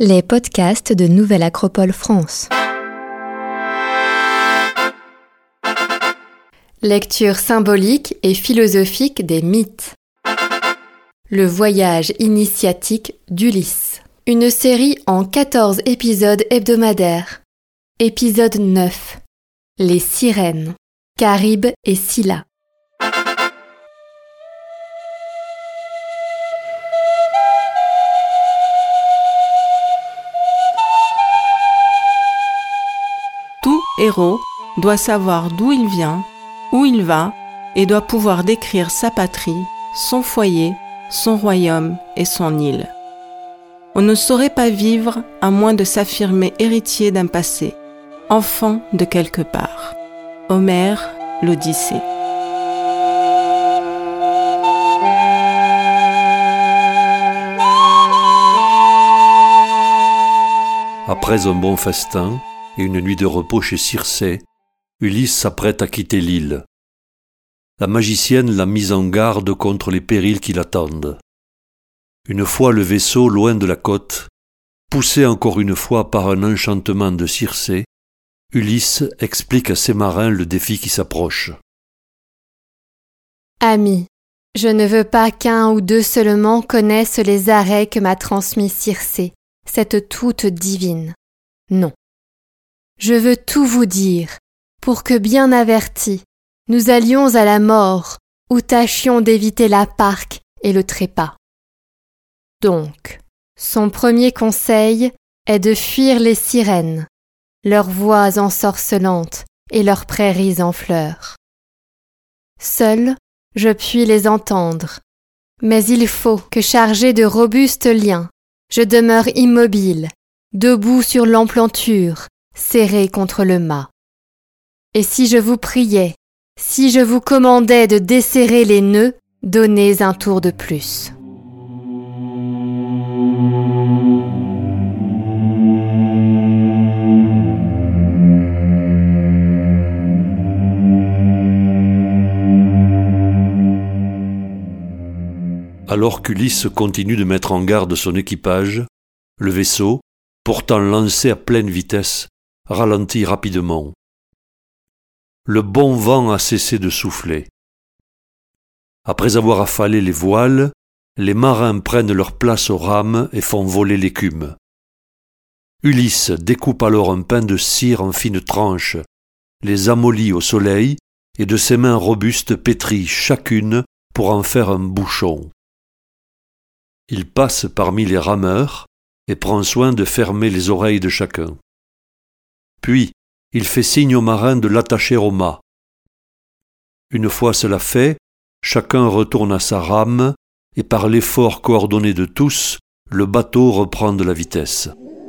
Les podcasts de Nouvelle Acropole France. Lecture symbolique et philosophique des mythes. Le voyage initiatique d'Ulysse. Une série en 14 épisodes hebdomadaires. Épisode 9. Les sirènes. Caribe et Scylla. Tout héros doit savoir d'où il vient, où il va, et doit pouvoir décrire sa patrie, son foyer, son royaume et son île. On ne saurait pas vivre à moins de s'affirmer héritier d'un passé, enfant de quelque part. Homère, l'Odyssée. Après un bon festin et une nuit de repos chez Circé, Ulysse s'apprête à quitter l'île. La magicienne l'a mise en garde contre les périls qui l'attendent. Une fois le vaisseau loin de la côte, poussé encore une fois par un enchantement de Circé, Ulysse explique à ses marins le défi qui s'approche. Amis, je ne veux pas qu'un ou deux seulement connaissent les arrêts que m'a transmis Circé, cette toute divine. Non. Je veux tout vous dire, pour que bien avertis, nous allions à la mort, ou tâchions d'éviter la parque et le trépas. Donc, son premier conseil est de fuir les sirènes, leurs voix ensorcelantes et leurs prairies en fleurs. Seul, je puis les entendre, mais il faut que chargé de robustes liens, je demeure immobile, debout sur l'emplanture, serré contre le mât. Et si je vous priais, si je vous commandais de desserrer les nœuds, donnez un tour de plus. Alors qu'Ulysse continue de mettre en garde son équipage, le vaisseau, pourtant lancé à pleine vitesse, ralentit rapidement. Le bon vent a cessé de souffler. Après avoir affalé les voiles, les marins prennent leur place aux rames et font voler l'écume. Ulysse découpe alors un pain de cire en fines tranches, les amollit au soleil et de ses mains robustes pétrit chacune pour en faire un bouchon. Il passe parmi les rameurs et prend soin de fermer les oreilles de chacun. Puis, il fait signe aux marins de l'attacher au mât. Une fois cela fait, chacun retourne à sa rame et par l'effort coordonné de tous, le bateau reprend de la vitesse.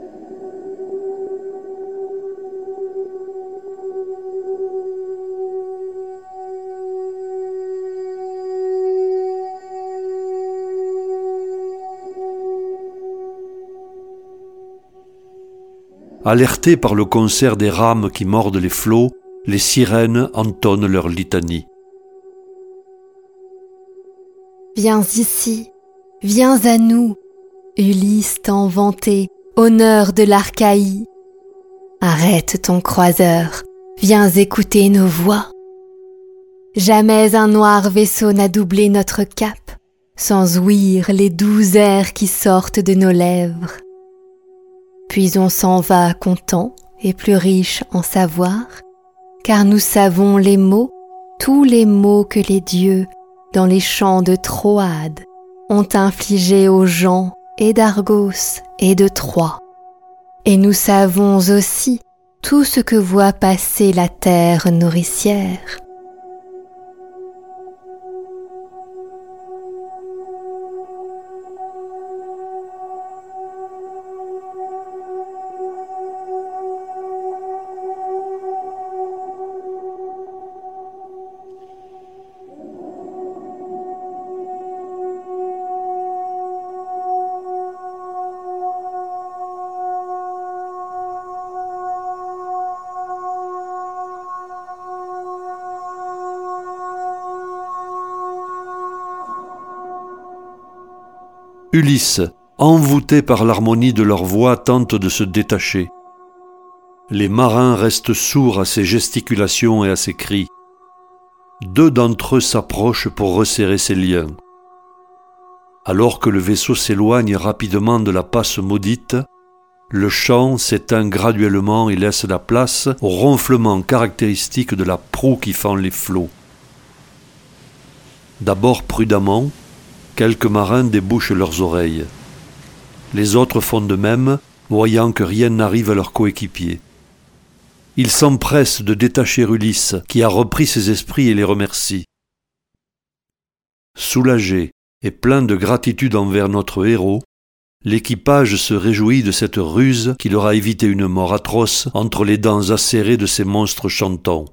Alertés par le concert des rames qui mordent les flots, les sirènes entonnent leur litanie. Viens ici, viens à nous, Ulysse tant vanté, honneur de l'Archaïe. Arrête ton croiseur, viens écouter nos voix. Jamais un noir vaisseau n'a doublé notre cap, sans ouïr les doux airs qui sortent de nos lèvres. Puis on s'en va content et plus riche en savoir, car nous savons les mots, tous les mots que les dieux, dans les champs de Troade, ont infligés aux gens et d'Argos et de Troie. Et nous savons aussi tout ce que voit passer la terre nourricière. Ulysse envoûtés par l'harmonie de leur voix, tentent de se détacher. Les marins restent sourds à ses gesticulations et à ses cris. 2 d'entre eux s'approchent pour resserrer ses liens. Alors que le vaisseau s'éloigne rapidement de la passe maudite, le chant s'éteint graduellement et laisse la place au ronflement caractéristique de la proue qui fend les flots. D'abord prudemment, quelques marins débouchent leurs oreilles. Les autres font de même, voyant que rien n'arrive à leurs coéquipiers. Ils s'empressent de détacher Ulysse, qui a repris ses esprits et les remercie. Soulagé et plein de gratitude envers notre héros, l'équipage se réjouit de cette ruse qui leur a évité une mort atroce entre les dents acérées de ces monstres chantants.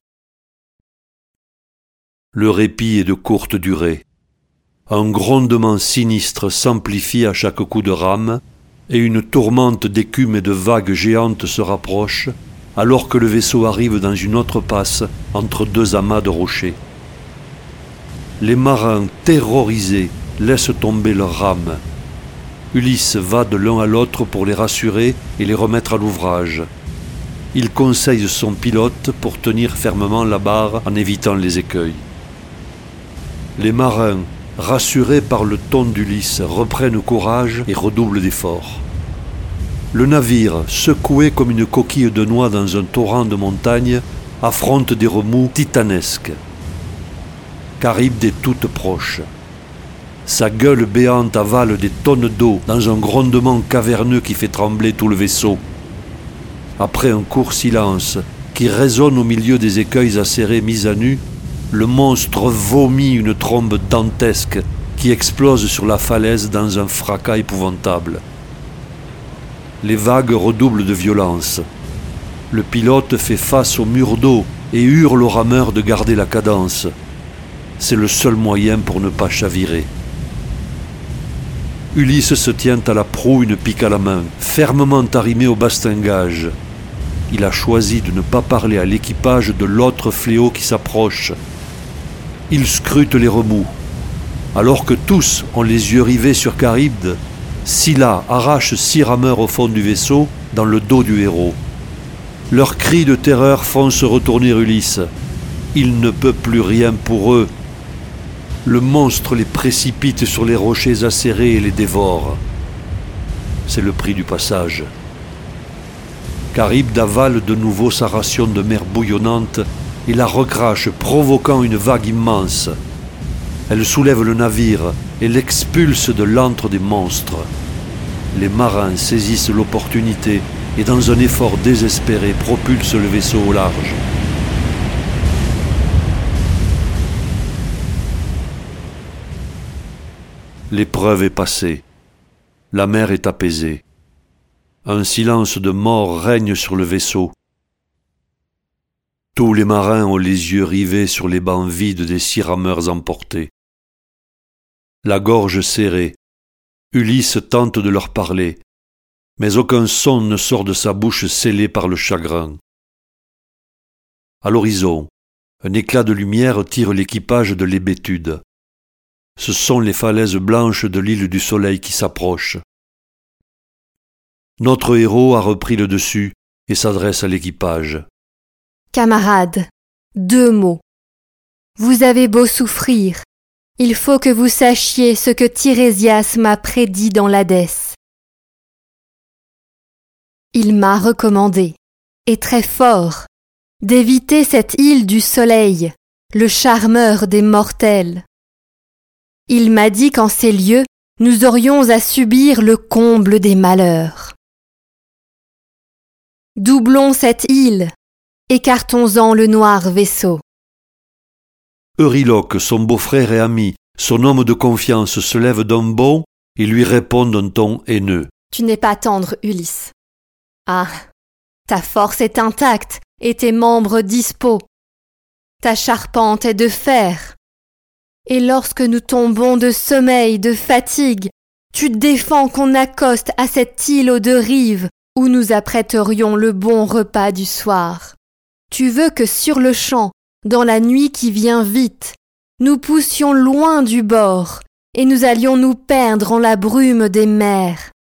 Le répit est de courte durée. Un grondement sinistre s'amplifie à chaque coup de rame, et une tourmente d'écume et de vagues géantes se rapproche, alors que le vaisseau arrive dans une autre passe entre 2 amas de rochers. Les marins, terrorisés, laissent tomber leurs rames. Ulysse va de l'un à l'autre pour les rassurer et les remettre à l'ouvrage. Il conseille son pilote pour tenir fermement la barre en évitant les écueils. Les marins, rassurés par le ton d'Ulysse, reprennent courage et redoublent d'efforts. Le navire, secoué comme une coquille de noix dans un torrent de montagne, affronte des remous titanesques. Charybde est toute proche. Sa gueule béante avale des tonnes d'eau dans un grondement caverneux qui fait trembler tout le vaisseau. Après un court silence qui résonne au milieu des écueils acérés mis à nu, le monstre vomit une trombe dantesque qui explose sur la falaise dans un fracas épouvantable. Les vagues redoublent de violence. Le pilote fait face au mur d'eau et hurle aux rameurs de garder la cadence. C'est le seul moyen pour ne pas chavirer. Ulysse se tient à la proue, une pique à la main, fermement arrimé au bastingage. Il a choisi de ne pas parler à l'équipage de l'autre fléau qui s'approche. Il scrute les remous. Alors que tous ont les yeux rivés sur Charybde, Scylla arrache 6 rameurs au fond du vaisseau, dans le dos du héros. Leurs cris de terreur font se retourner Ulysse. Il ne peut plus rien pour eux. Le monstre les précipite sur les rochers acérés et les dévore. C'est le prix du passage. Charybde avale de nouveau sa ration de mer bouillonnante et la recrache, provoquant une vague immense. Elle soulève le navire et l'expulse de l'antre des monstres. Les marins saisissent l'opportunité et dans un effort désespéré propulsent le vaisseau au large. L'épreuve est passée. La mer est apaisée. Un silence de mort règne sur le vaisseau. Tous les marins ont les yeux rivés sur les bancs vides des 6 rameurs emportés. La gorge serrée, Ulysse tente de leur parler, mais aucun son ne sort de sa bouche scellée par le chagrin. À l'horizon, un éclat de lumière tire l'équipage de l'hébétude. Ce sont les falaises blanches de l'île du Soleil qui s'approchent. Notre héros a repris le dessus et s'adresse à l'équipage. Camarades, 2 mots. Vous avez beau souffrir, il faut que vous sachiez ce que Tirésias m'a prédit dans l'Hadès. Il m'a recommandé, et très fort, d'éviter cette île du Soleil, le charmeur des mortels. Il m'a dit qu'en ces lieux, nous aurions à subir le comble des malheurs. Doublons cette île, écartons-en le noir vaisseau. Euryloque, son beau-frère et ami, son homme de confiance, se lève d'un bond et lui répond d'un ton haineux. Tu n'es pas tendre, Ulysse. Ah, ta force est intacte et tes membres dispos. Ta charpente est de fer. Et lorsque nous tombons de sommeil, de fatigue, tu défends qu'on accoste à cette île aux 2 rives où nous apprêterions le bon repas du soir. Tu veux que sur le champ, dans la nuit qui vient vite, nous poussions loin du bord et nous allions nous perdre en la brume des mers.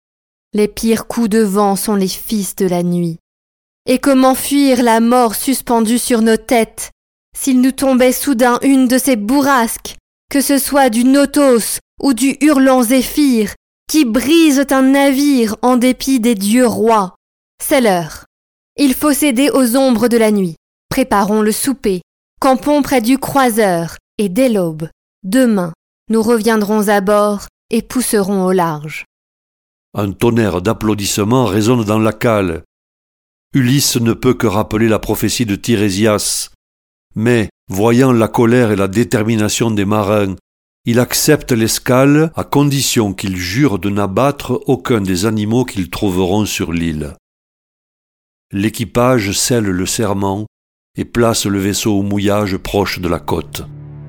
Les pires coups de vent sont les fils de la nuit. Et comment fuir la mort suspendue sur nos têtes, s'il nous tombait soudain une de ces bourrasques, que ce soit du Notos ou du hurlant Zéphyr, qui brisent un navire en dépit des dieux rois. C'est l'heure. Il faut céder aux ombres de la nuit. Préparons le souper. Campons près du croiseur, et dès l'aube, demain, nous reviendrons à bord et pousserons au large. Un tonnerre d'applaudissements résonne dans la cale. Ulysse ne peut que rappeler la prophétie de Tirésias. Mais, voyant la colère et la détermination des marins, il accepte l'escale à condition qu'ils jurent de n'abattre aucun des animaux qu'ils trouveront sur l'île. L'équipage scelle le serment et place le vaisseau au mouillage proche de la côte.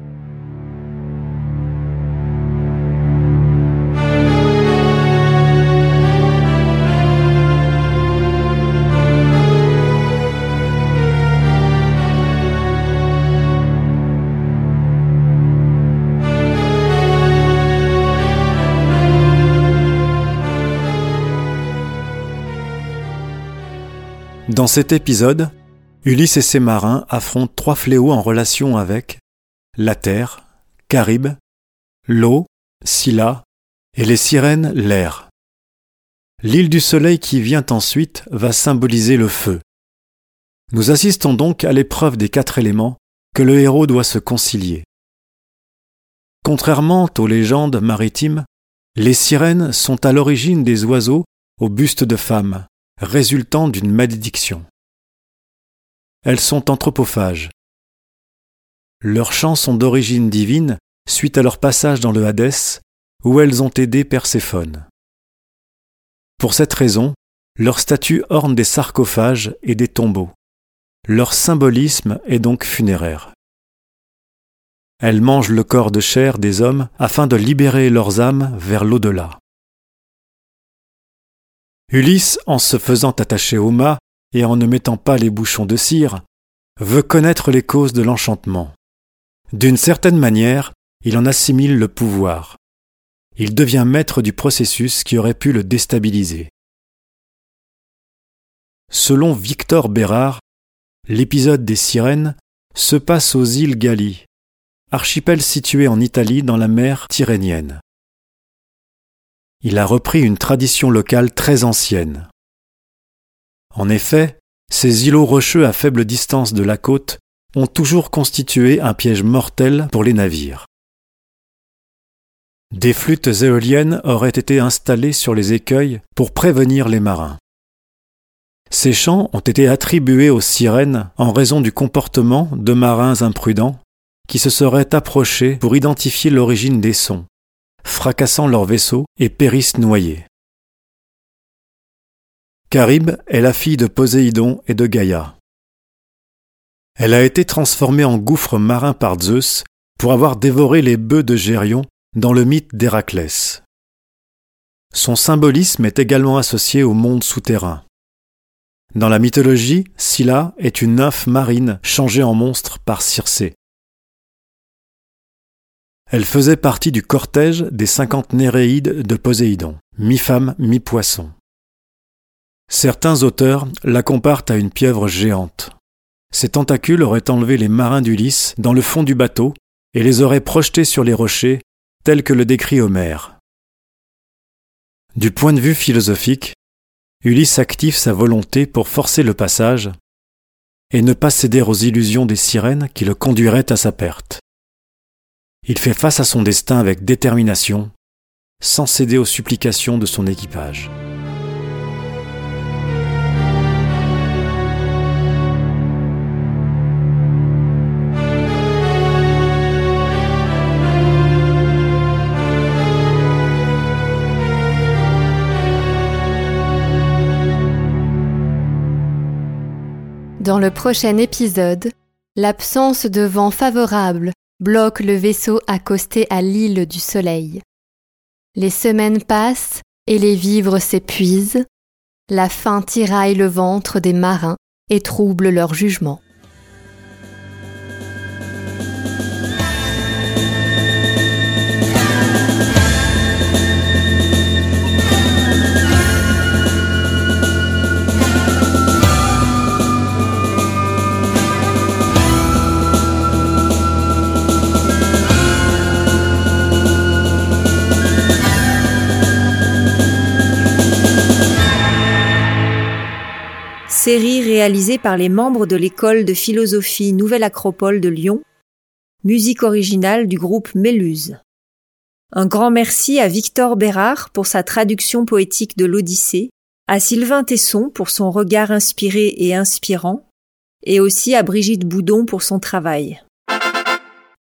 Dans cet épisode, Ulysse et ses marins affrontent 3 fléaux en relation avec la terre, Caribe, l'eau, Scylla, et les sirènes, l'air. L'île du soleil qui vient ensuite va symboliser le feu. Nous assistons donc à l'épreuve des 4 éléments que le héros doit se concilier. Contrairement aux légendes maritimes, les sirènes sont à l'origine des oiseaux au buste de femme, résultant d'une malédiction. Elles sont anthropophages. Leurs chants sont d'origine divine suite à leur passage dans le Hadès, où elles ont aidé Perséphone. Pour cette raison, leurs statues ornent des sarcophages et des tombeaux. Leur symbolisme est donc funéraire. Elles mangent le corps de chair des hommes afin de libérer leurs âmes vers l'au-delà. Ulysse, en se faisant attacher au mât et en ne mettant pas les bouchons de cire, veut connaître les causes de l'enchantement. D'une certaine manière, il en assimile le pouvoir. Il devient maître du processus qui aurait pu le déstabiliser. Selon Victor Bérard, l'épisode des sirènes se passe aux îles Galli, archipel situé en Italie dans la mer Tyrrhénienne. Il a repris une tradition locale très ancienne. En effet, ces îlots rocheux à faible distance de la côte ont toujours constitué un piège mortel pour les navires. Des flûtes éoliennes auraient été installées sur les écueils pour prévenir les marins. Ces chants ont été attribués aux sirènes en raison du comportement de marins imprudents qui se seraient approchés pour identifier l'origine des sons, fracassant leur vaisseau et périssent noyés. Caribe est la fille de Poséidon et de Gaïa. Elle a été transformée en gouffre marin par Zeus pour avoir dévoré les bœufs de Gérion dans le mythe d'Héraclès. Son symbolisme est également associé au monde souterrain. Dans la mythologie, Scylla est une nymphe marine changée en monstre par Circé. Elle faisait partie du cortège des 50 Néréides de Poséidon, mi-femme, mi-poisson. Certains auteurs la comparent à une pieuvre géante. Ses tentacules auraient enlevé les marins d'Ulysse dans le fond du bateau et les auraient projetés sur les rochers, tels que le décrit Homère. Du point de vue philosophique, Ulysse active sa volonté pour forcer le passage et ne pas céder aux illusions des sirènes qui le conduiraient à sa perte. Il fait face à son destin avec détermination, sans céder aux supplications de son équipage. Dans le prochain épisode, l'absence de vent favorable bloque le vaisseau accosté à l'île du Soleil. Les semaines passent et les vivres s'épuisent. La faim tiraille le ventre des marins et trouble leur jugement. série réalisée par les membres de l'école de philosophie Nouvelle Acropole de Lyon, musique originale du groupe Méluse. Un grand merci à Victor Bérard pour sa traduction poétique de l'Odyssée, à Sylvain Tesson pour son regard inspiré et inspirant, et aussi à Brigitte Boudon pour son travail.